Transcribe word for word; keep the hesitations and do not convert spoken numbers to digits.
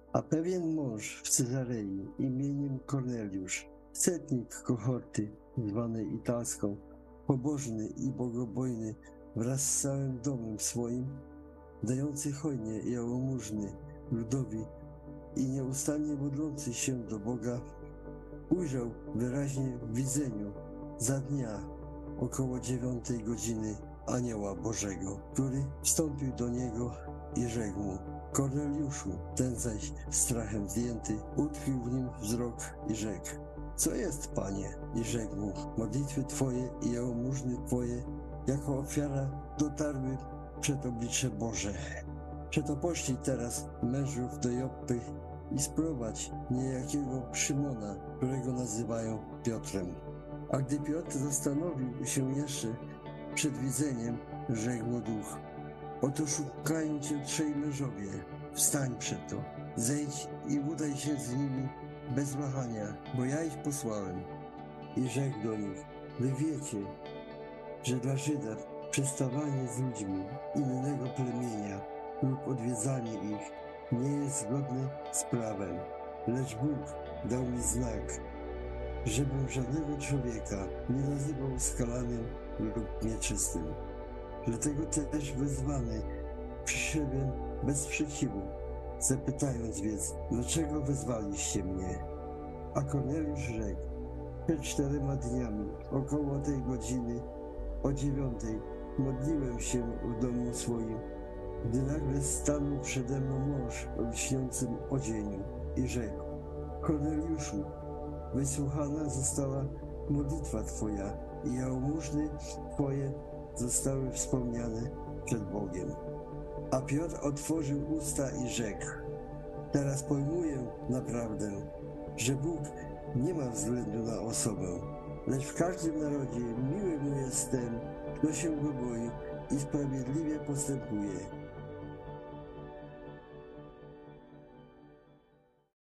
A pewien mąż w Cezarei imieniem Korneliusz, setnik kohorty zwanej Italską, pobożny i bogobojny wraz z całym domem swoim, dający hojnie jałmużny ludowi i nieustannie modlący się do Boga, ujrzał wyraźnie w widzeniu za dnia około dziewiątej godziny anioła Bożego, który wstąpił do niego i rzekł mu: Korneliuszu. Ten zaś strachem zdjęty utkwił w nim wzrok i rzekł: Co jest, Panie? I rzekł mu: Modlitwy Twoje i jałmużny Twoje jako ofiara dotarły przed oblicze Boże. Przeto poślij teraz mężów do Joppy i sprowadź niejakiego Szymona, którego nazywają Piotrem. A gdy Piotr zastanowił się jeszcze przed widzeniem, rzekł mu duch: Oto szukają cię trzej mężowie. Wstań przeto, zejdź i udaj się z nimi bez wahania, bo ja ich posłałem. I rzekł do nich: Wy wiecie, że dla Żyda przestawanie z ludźmi innego plemienia lub odwiedzanie ich nie jest zgodne z prawem, lecz Bóg dał mi znak, żebym żadnego człowieka nie nazywał skalanym lub nieczystym. Dlatego też wezwany przyszedłem bez sprzeciwu, zapytając więc, dlaczego wezwaliście mnie? A Korneliusz rzekł: Przed czterema dniami, około tej godziny, o dziewiątej, modliłem się w domu swoim, gdy nagle stanął przede mną mąż w lśniącym odzieniu i rzekł: Korneliuszu, wysłuchana została modlitwa Twoja i jałmużny Twoje zostały wspomniane przed Bogiem. A Piotr otworzył usta i rzekł: Teraz pojmuję naprawdę, że Bóg nie ma względu na osobę, lecz w każdym narodzie miły mu jest ten, kto się go boi i sprawiedliwie postępuje.